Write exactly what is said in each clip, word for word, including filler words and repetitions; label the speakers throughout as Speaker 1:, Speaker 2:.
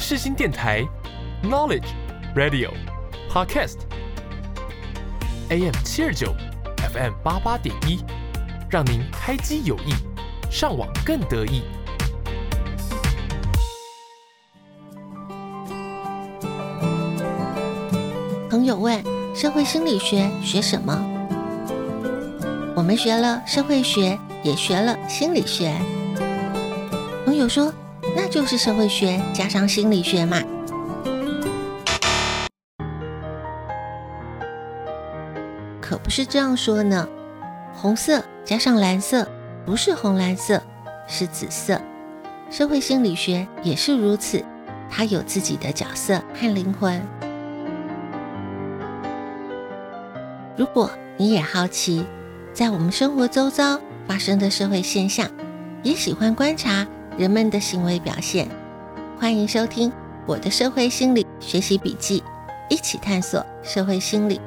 Speaker 1: 世新电台 Knowledge Radio Podcast A M 七二九 F M 八八点一，让您开机有益，上网更得意。
Speaker 2: 朋友问：社会心理学学什么？我们学了社会学，也学了心理学。朋友说：那就是社会学加上心理学嘛。可不是这样说呢。红色加上蓝色不是红蓝色，是紫色。社会心理学也是如此，它有自己的角色和灵魂。如果你也好奇在我们生活周遭发生的社会现象，也喜欢观察人们的行为表现，欢迎收听我的社会心理学习笔记，一起探索社会心理。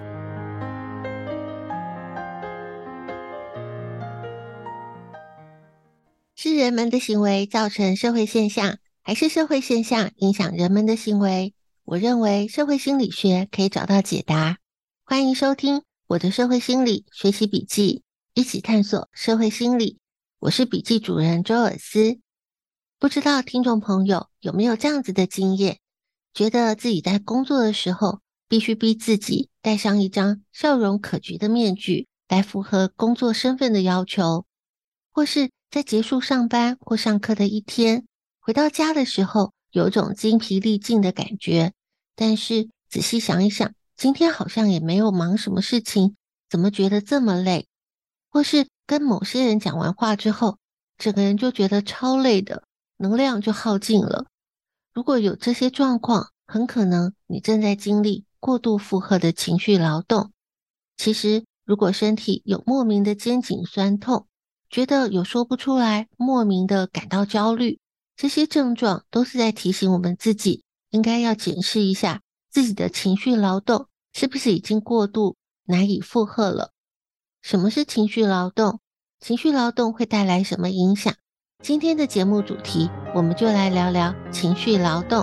Speaker 2: 是人们的行为造成社会现象，还是社会现象影响人们的行为？我认为社会心理学可以找到解答。欢迎收听我的社会心理学习笔记，一起探索社会心理。我是笔记主人周尔斯。不知道听众朋友有没有这样子的经验，觉得自己在工作的时候必须逼自己戴上一张笑容可掬的面具来符合工作身份的要求，或是在结束上班或上课的一天，回到家的时候有种精疲力尽的感觉，但是仔细想一想，今天好像也没有忙什么事情，怎么觉得这么累？或是跟某些人讲完话之后，整个人就觉得超累的，能量就耗尽了。如果有这些状况，很可能你正在经历过度负荷的情绪劳动。其实，如果身体有莫名的肩颈酸痛，觉得有说不出来，莫名的感到焦虑，这些症状都是在提醒我们自己，应该要检视一下自己的情绪劳动是不是已经过度难以负荷了。什么是情绪劳动？情绪劳动会带来什么影响？今天的节目主题，我们就来聊聊情绪劳动。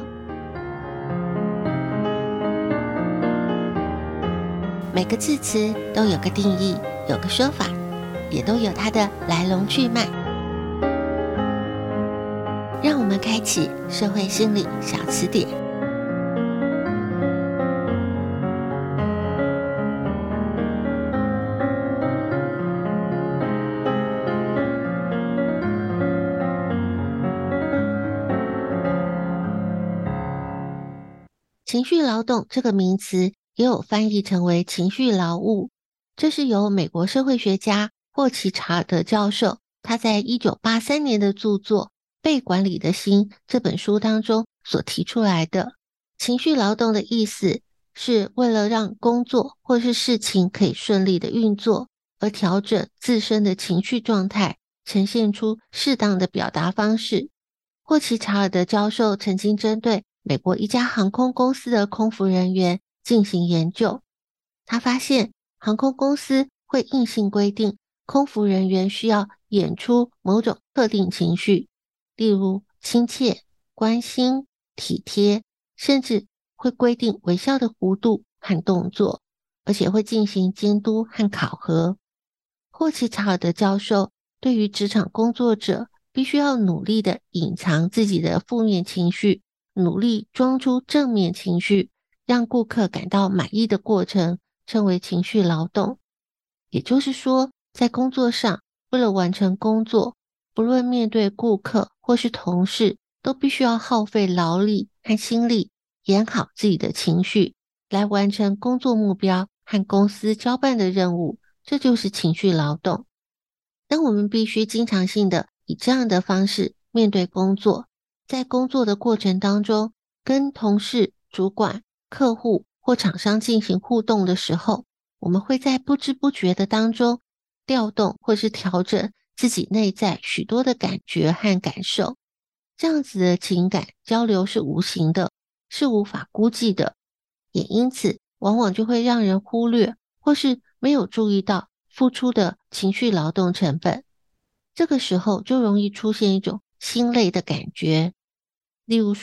Speaker 2: 每个字词都有个定义，有个说法，也都有它的来龙去脉。让我们开启社会心理小词典。情绪劳动这个名词也有翻译成为情绪劳务，这是由美国社会学家霍奇查尔德教授他在一九八三年的著作《被管理的心》这本书当中所提出来的。情绪劳动的意思是为了让工作或是事情可以顺利的运作，而调整自身的情绪状态，呈现出适当的表达方式。霍奇查尔德教授曾经针对美国一家航空公司的空服人员进行研究，他发现航空公司会硬性规定空服人员需要演出某种特定情绪，例如亲切、关心、体贴，甚至会规定微笑的弧度和动作，而且会进行监督和考核。霍奇查尔德教授对于职场工作者必须要努力的隐藏自己的负面情绪，努力装出正面情绪，让顾客感到满意的过程称为情绪劳动。也就是说，在工作上，为了完成工作，不论面对顾客或是同事，都必须要耗费劳力和心力，演好自己的情绪，来完成工作目标和公司交办的任务，这就是情绪劳动。当我们必须经常性的以这样的方式面对工作，在工作的过程当中，跟同事、主管、客户或厂商进行互动的时候，我们会在不知不觉的当中调动或是调整自己内在许多的感觉和感受。这样子的情感交流是无形的，是无法估计的，也因此往往就会让人忽略或是没有注意到付出的情绪劳动成本。这个时候就容易出现一种心累的感觉。例如说，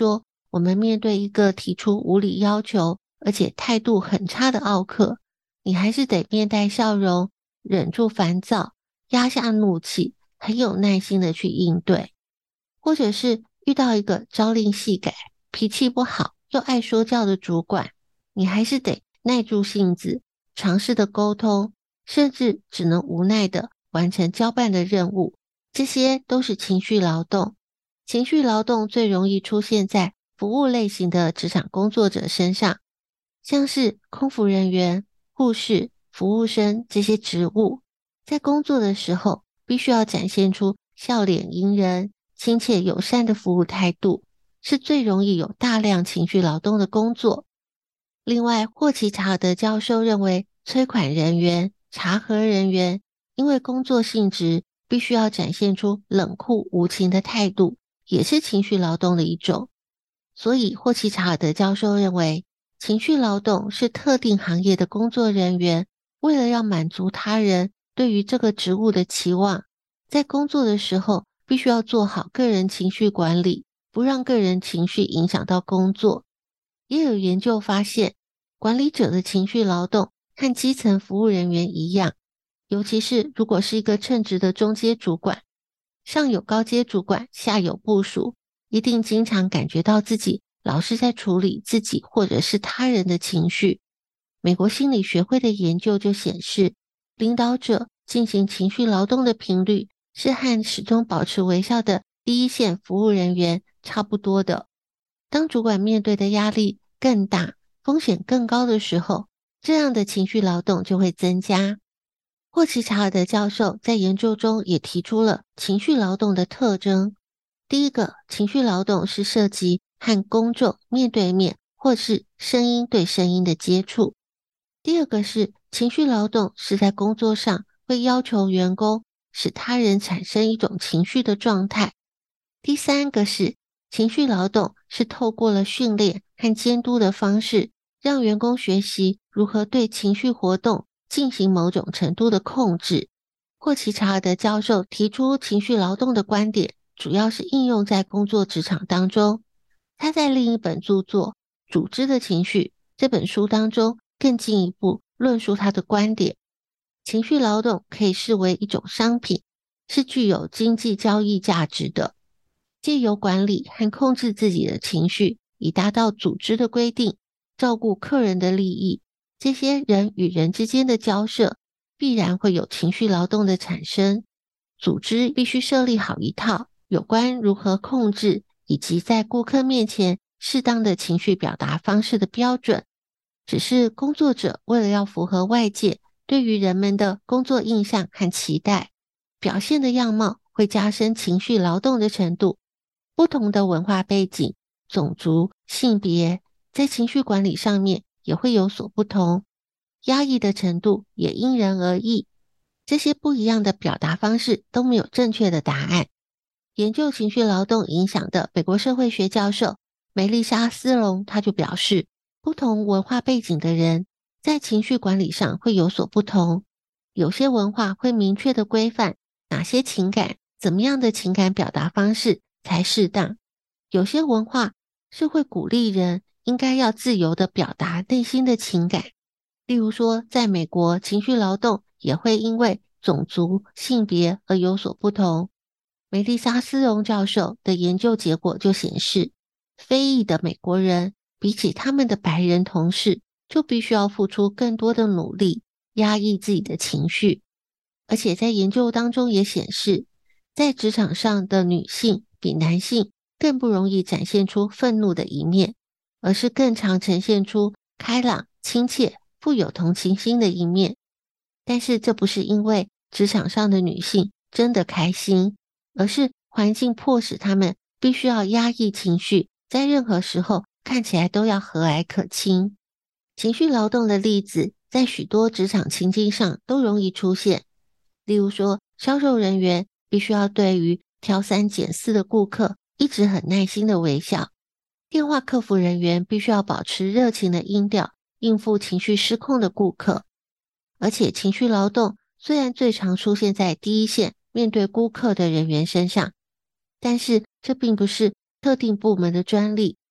Speaker 2: 我们面对一个提出无理要求，而且态度很差的奥客，你还是得面带笑容，忍住烦躁，压下怒气，很有耐心的去应对。或者是遇到一个朝令夕改、脾气不好又爱说教的主管，你还是得耐住性子，尝试的沟通，甚至只能无奈的完成交办的任务。这些都是情绪劳动。情绪劳动最容易出现在服务类型的职场工作者身上，像是空服人员、护士、服务生这些职务，在工作的时候必须要展现出笑脸迎人、亲切友善的服务态度，是最容易有大量情绪劳动的工作。另外，霍奇查尔德教授认为，催款人员、查核人员因为工作性质必须要展现出冷酷无情的态度，也是情绪劳动的一种。所以，霍奇查尔德教授认为，情绪劳动是特定行业的工作人员为了要满足他人对于这个职务的期望，在工作的时候必须要做好个人情绪管理，不让个人情绪影响到工作。也有研究发现，管理者的情绪劳动和基层服务人员一样，尤其是如果是一个称职的中阶主管，上有高阶主管，下有部属，一定经常感觉到自己老是在处理自己或者是他人的情绪。美国心理学会的研究就显示，领导者进行情绪劳动的频率是和始终保持微笑的第一线服务人员差不多的。当主管面对的压力更大、风险更高的时候，这样的情绪劳动就会增加。霍奇查尔德教授在研究中也提出了情绪劳动的特征。第一个，情绪劳动是涉及和公众面对面或是声音对声音的接触。第二个是情绪劳动是在工作上会要求员工使他人产生一种情绪的状态。第三个是情绪劳动是透过了训练和监督的方式，让员工学习如何对情绪活动进行某种程度的控制。霍奇查尔德教授提出情绪劳动的观点，主要是应用在工作职场当中。他在另一本著作《组织的情绪》这本书当中更进一步论述他的观点。情绪劳动可以视为一种商品，是具有经济交易价值的。借由管理和控制自己的情绪，以达到组织的规定，照顾客人的利益，这些人与人之间的交涉必然会有情绪劳动的产生。组织必须设立好一套有关如何控制以及在顾客面前适当的情绪表达方式的标准。只是工作者为了要符合外界对于人们的工作印象和期待，表现的样貌会加深情绪劳动的程度。不同的文化背景、种族、性别，在情绪管理上面也会有所不同，压抑的程度也因人而异。这些不一样的表达方式都没有正确的答案。研究情绪劳动影响的美国社会学教授梅丽莎·斯隆，他就表示，不同文化背景的人在情绪管理上会有所不同。有些文化会明确的规范哪些情感、怎么样的情感表达方式才适当。有些文化是会鼓励人应该要自由的表达内心的情感。例如说，在美国，情绪劳动也会因为种族、性别而有所不同。梅丽莎·斯隆教授的研究结果就显示，非裔的美国人比起他们的白人同事，就必须要付出更多的努力，压抑自己的情绪。而且在研究当中也显示，在职场上的女性比男性更不容易展现出愤怒的一面，而是更常呈现出开朗、亲切、富有同情心的一面。但是这不是因为职场上的女性真的开心，而是环境迫使她们必须要压抑情绪，在任何时候看起来都要和蔼可亲。情绪劳动的例子在许多职场情境上都容易出现。例如说，销售人员必须要对于挑三拣四的顾客一直很耐心的微笑。电话客服人员必须要保持热情的音调，应付情绪失控的顾客。而且情绪劳动虽然最常出现在第一线面对顾客的人员身上，但是这并不是特定部门的专利。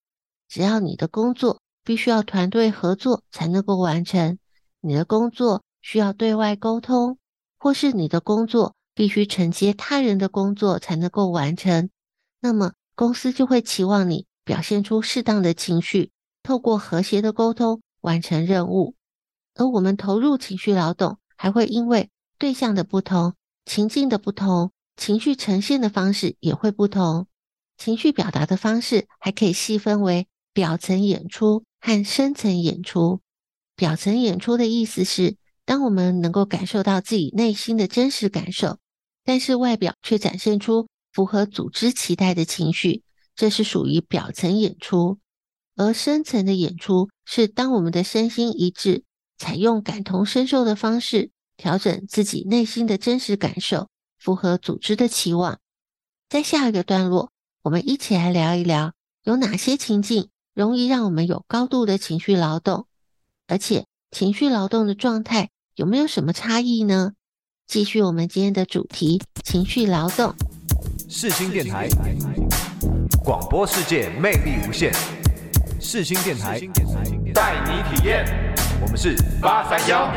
Speaker 2: 只要你的工作必须要团队合作才能够完成，你的工作需要对外沟通，或是你的工作必须承接他人的工作才能够完成，那么公司就会期望你表现出适当的情绪，透过和谐的沟通完成任务。而我们投入情绪劳动，还会因为对象的不同、情境的不同，情绪呈现的方式也会不同。情绪表达的方式还可以细分为表层演出和深层演出。表层演出的意思是，当我们能够感受到自己内心的真实感受，但是外表却展现出符合组织期待的情绪，这是属于表层演出。而深层的演出是当我们的身心一致，采用感同身受的方式，调整自己内心的真实感受，符合组织的期望。在下一个段落，我们一起来聊一聊，有哪些情境容易让我们有高度的情绪劳动，而且情绪劳动的状态有没有什么差异呢？继续我们今天的主题，情绪劳动。
Speaker 3: 世新电台，广播世界魅力无限。世新电台，
Speaker 1: 带你体验。
Speaker 3: 我们是
Speaker 1: 八三幺。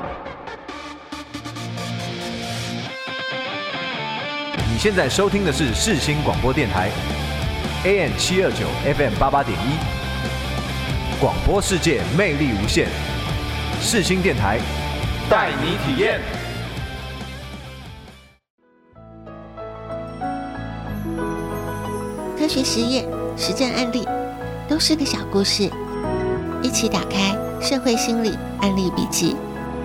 Speaker 3: 你现在收听的是世新广播电台 A M 七二九 F M 八八点一，广播世界魅力无限。世新电台，
Speaker 1: 带你体验。
Speaker 2: 科学实验、实战案例都是个小故事，一起打开社会心理案例笔记。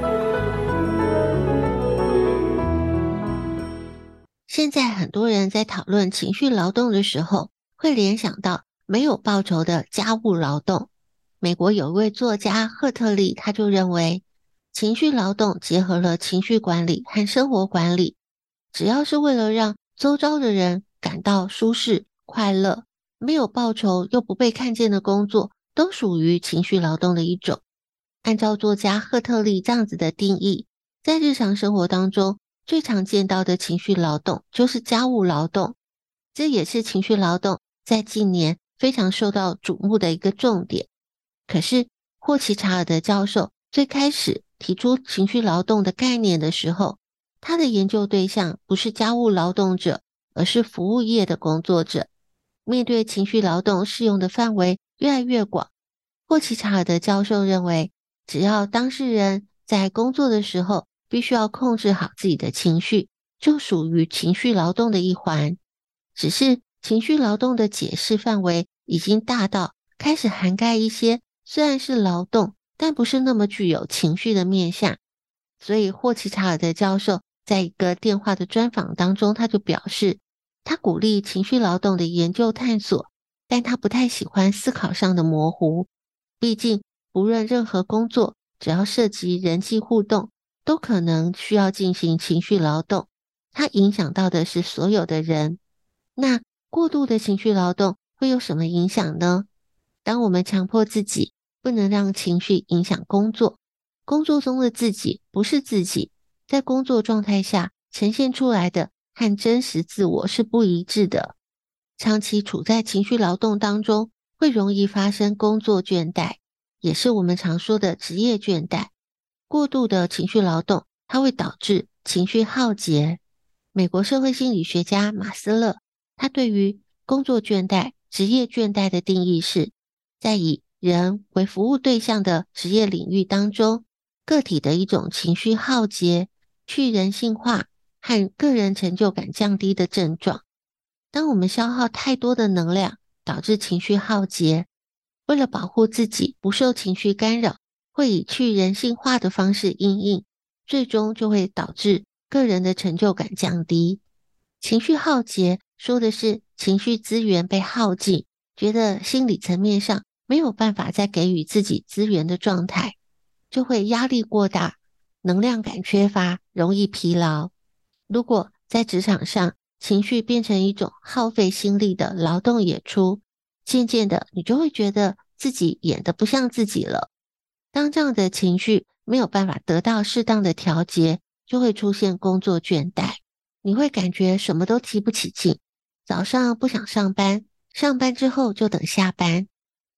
Speaker 2: 现在很多人在讨论情绪劳动的时候，会联想到没有报酬的家务劳动。美国有一位作家赫特利，他就认为情绪劳动结合了情绪管理和生活管理，只要是为了让周遭的人感到舒适快乐，没有报酬又不被看见的工作，都属于情绪劳动的一种。按照作家赫特利这样子的定义，在日常生活当中，最常见到的情绪劳动就是家务劳动，这也是情绪劳动在近年非常受到瞩目的一个重点。可是霍奇查尔德教授最开始提出情绪劳动的概念的时候，他的研究对象不是家务劳动者，而是服务业的工作者。面对情绪劳动适用的范围越来越广，霍奇查尔德教授认为，只要当事人在工作的时候必须要控制好自己的情绪，就属于情绪劳动的一环。只是情绪劳动的解释范围已经大到开始涵盖一些虽然是劳动，但不是那么具有情绪的面向。所以霍奇查尔德教授在一个电话的专访当中，他就表示，他鼓励情绪劳动的研究探索，但他不太喜欢思考上的模糊。毕竟不论任何工作，只要涉及人际互动，都可能需要进行情绪劳动，它影响到的是所有的人。那过度的情绪劳动会有什么影响呢？当我们强迫自己不能让情绪影响工作，工作中的自己不是自己，在工作状态下呈现出来的和真实自我是不一致的。长期处在情绪劳动当中，会容易发生工作倦怠，也是我们常说的职业倦怠。过度的情绪劳动，它会导致情绪耗竭。美国社会心理学家马斯勒，他对于工作倦怠、职业倦怠的定义是，在以人为服务对象的职业领域当中，个体的一种情绪耗竭、去人性化和个人成就感降低的症状。当我们消耗太多的能量，导致情绪耗竭，为了保护自己不受情绪干扰，会以去人性化的方式因应，最终就会导致个人的成就感降低。情绪耗竭说的是情绪资源被耗尽，觉得心理层面上没有办法再给予自己资源的状态，就会压力过大，能量感缺乏，容易疲劳。如果在职场上，情绪变成一种耗费心力的劳动演出，渐渐的你就会觉得自己演得不像自己了。当这样的情绪没有办法得到适当的调节，就会出现工作倦怠。你会感觉什么都提不起劲，早上不想上班，上班之后就等下班。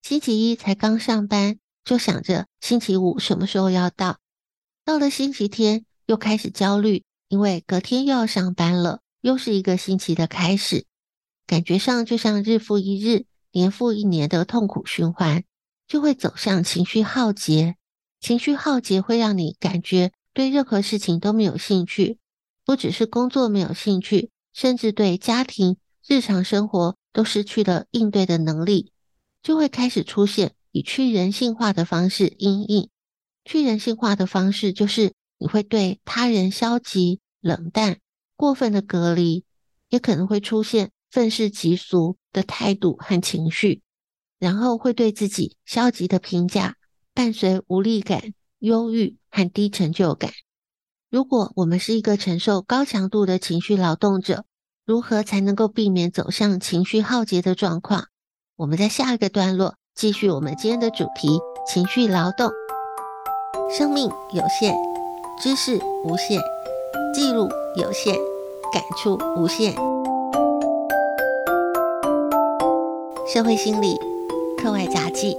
Speaker 2: 星期一才刚上班，就想着星期五什么时候要到，到了星期天又开始焦虑，因为隔天又要上班了，又是一个星期的开始，感觉上就像日复一日、年复一年的痛苦循环，就会走向情绪耗竭。情绪耗竭会让你感觉对任何事情都没有兴趣，不只是工作没有兴趣，甚至对家庭、日常生活都失去了应对的能力，就会开始出现以去人性化的方式因应。去人性化的方式就是你会对他人消极、冷淡、过分的隔离，也可能会出现愤世嫉俗的态度和情绪，然后会对自己消极的评价，伴随无力感、忧郁和低成就感。如果我们是一个承受高强度的情绪劳动者，如何才能够避免走向情绪耗竭的状况？我们在下一个段落继续我们今天的主题：情绪劳动。生命有限，知识无限，记录有限，感触无限。社会心理课外杂记。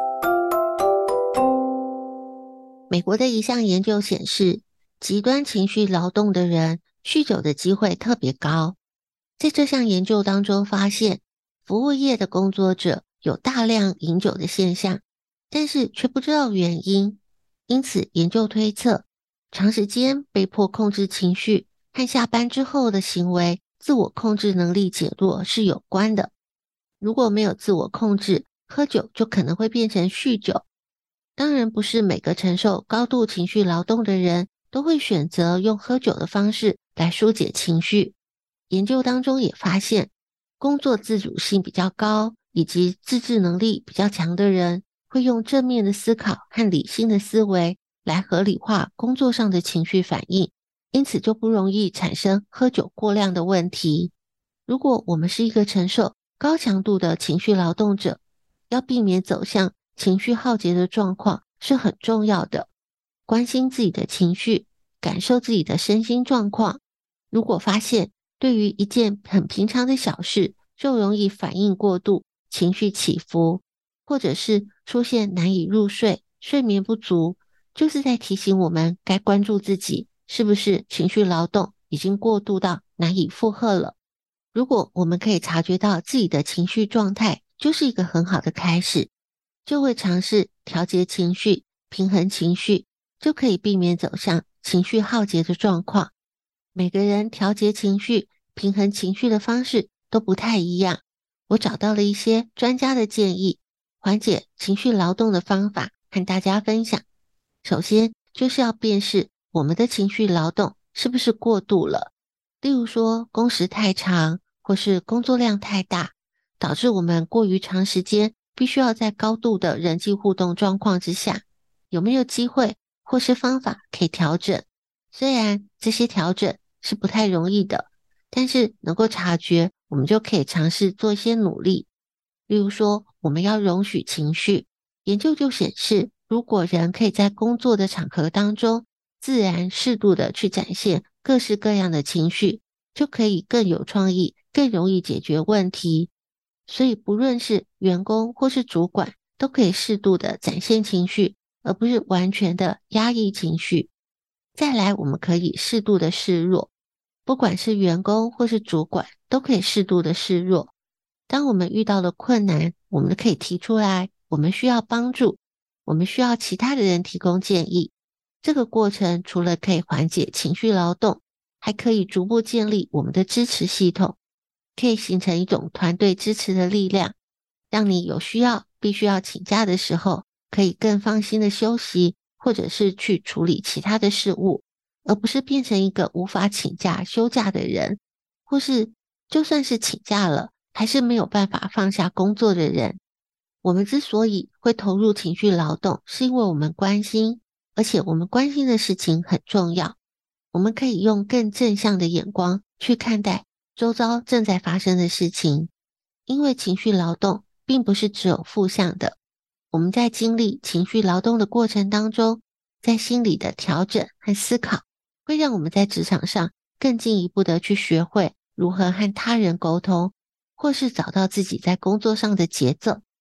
Speaker 2: 美国的一项研究显示，极端情绪劳动的人酗酒的机会特别高。在这项研究当中发现，服务业的工作者有大量饮酒的现象，但是却不知道原因。因此，研究推测，长时间被迫控制情绪和下班之后的行为自我控制能力减弱是有关的。如果没有自我控制，喝酒就可能会变成酗酒。当然，不是每个承受高度情绪劳动的人都会选择用喝酒的方式来疏解情绪。研究当中也发现，工作自主性比较高以及自制能力比较强的人，会用正面的思考和理性的思维来合理化工作上的情绪反应，因此就不容易产生喝酒过量的问题。如果我们是一个承受高强度的情绪劳动者，要避免走向情绪耗竭的状况是很重要的。关心自己的情绪，感受自己的身心状况。如果发现对于一件很平常的小事就容易反应过度，情绪起伏，或者是出现难以入睡、睡眠不足，就是在提醒我们该关注自己是不是情绪劳动已经过度到难以负荷了。如果我们可以察觉到自己的情绪状态，就是一个很好的开始，就会尝试调节情绪、平衡情绪，就可以避免走向情绪耗竭的状况。每个人调节情绪、平衡情绪的方式都不太一样，我找到了一些专家的建议，缓解情绪劳动的方法和大家分享。首先就是要辨识我们的情绪劳动是不是过度了，例如说工时太长，或是工作量太大，导致我们过于长时间必须要在高度的人际互动状况之下，有没有机会或是方法可以调整？虽然这些调整是不太容易的，但是能够察觉，我们就可以尝试做一些努力。例如说，我们要容许情绪。研究就显示，如果人可以在工作的场合当中，自然适度的去展现各式各样的情绪，就可以更有创意，更容易解决问题。所以不论是员工或是主管，都可以适度的展现情绪，而不是完全的压抑情绪。再来，我们可以适度的示弱，不管是员工或是主管，都可以适度的示弱。当我们遇到了困难，我们可以提出来，我们需要帮助，我们需要其他的人提供建议。这个过程除了可以缓解情绪劳动，还可以逐步建立我们的支持系统，可以形成一种团队支持的力量，让你有需要必须要请假的时候，可以更放心的休息，或者是去处理其他的事物，而不是变成一个无法请假休假的人，或是就算是请假了，还是没有办法放下工作的人。我们之所以会投入情绪劳动，是因为我们关心，而且我们关心的事情很重要。我们可以用更正向的眼光去看待周遭正在发生的事情，因为情绪劳动并不是只有负向的。我们在经历情绪劳动的过程当中，在心理的调整和思考，会让我们在职场上更进一步的去学会如何和他人沟通，或是找到自己在工作上的节奏。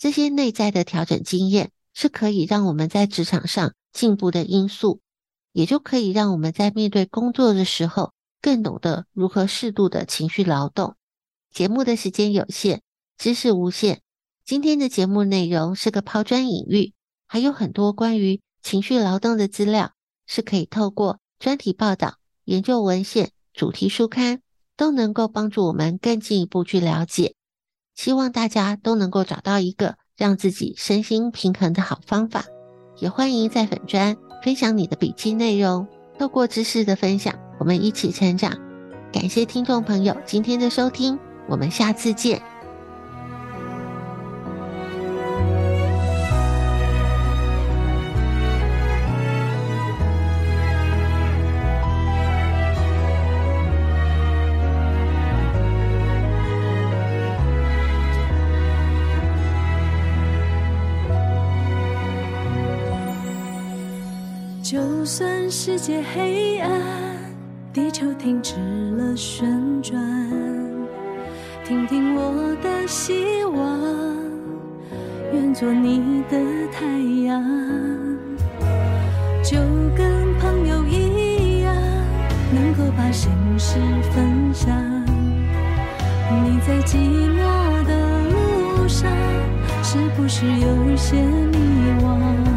Speaker 2: 这些内在的调整经验是可以让我们在职场上进步的因素，也就可以让我们在面对工作的时候更懂得如何适度的情绪劳动。节目的时间有限，知识无限，今天的节目内容是个抛砖引玉，还有很多关于情绪劳动的资料是可以透过专题报道、研究文献、主题书刊都能够帮助我们更进一步去了解。希望大家都能够找到一个让自己身心平衡的好方法，也欢迎在粉专分享你的笔记内容，透过知识的分享，我们一起成长。感谢听众朋友今天的收听，我们下次见。
Speaker 4: 就算世界黑暗，地球停止了旋转，听听我的希望，愿做你的太阳。就跟朋友一样，能够把心事分享。你在寂寞的路上，是不是有些迷惘？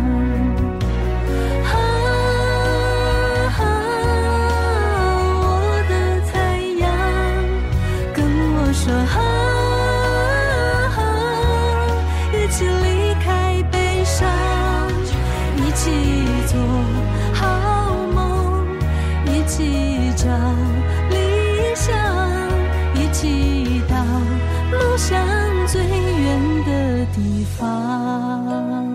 Speaker 4: 说好，一起离开悲伤，一起做好梦，一起找理想，一起到梦想最远的地方。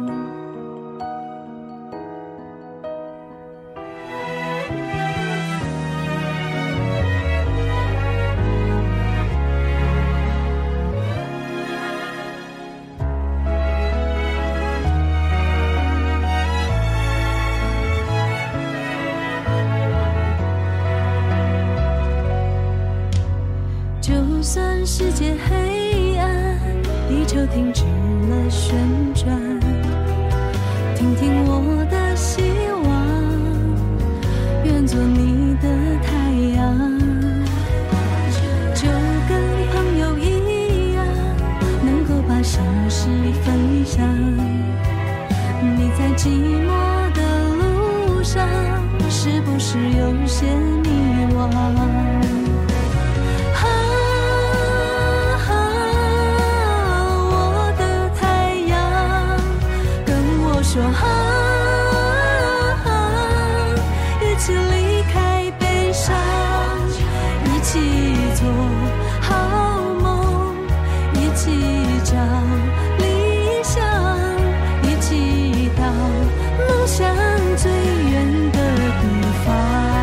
Speaker 4: 就算世界黑暗，地球停止了旋转，听听我的希望，愿做你的太阳。就跟朋友一样，能够把心事分享。你在寂寞的路上，是不是有些迷惘？说好，一起离开悲伤，一起做好梦，一起找理想，一起到梦想最远的地方。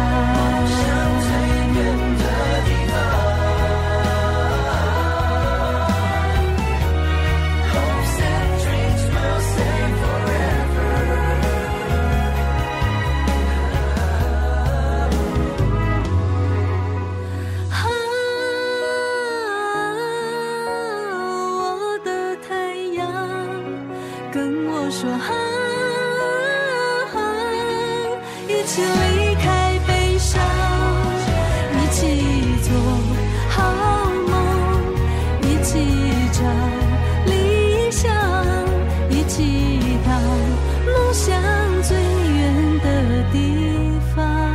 Speaker 4: 说好，一起离开悲伤，一起做好梦，一起找理想，一起到梦想最远的地方。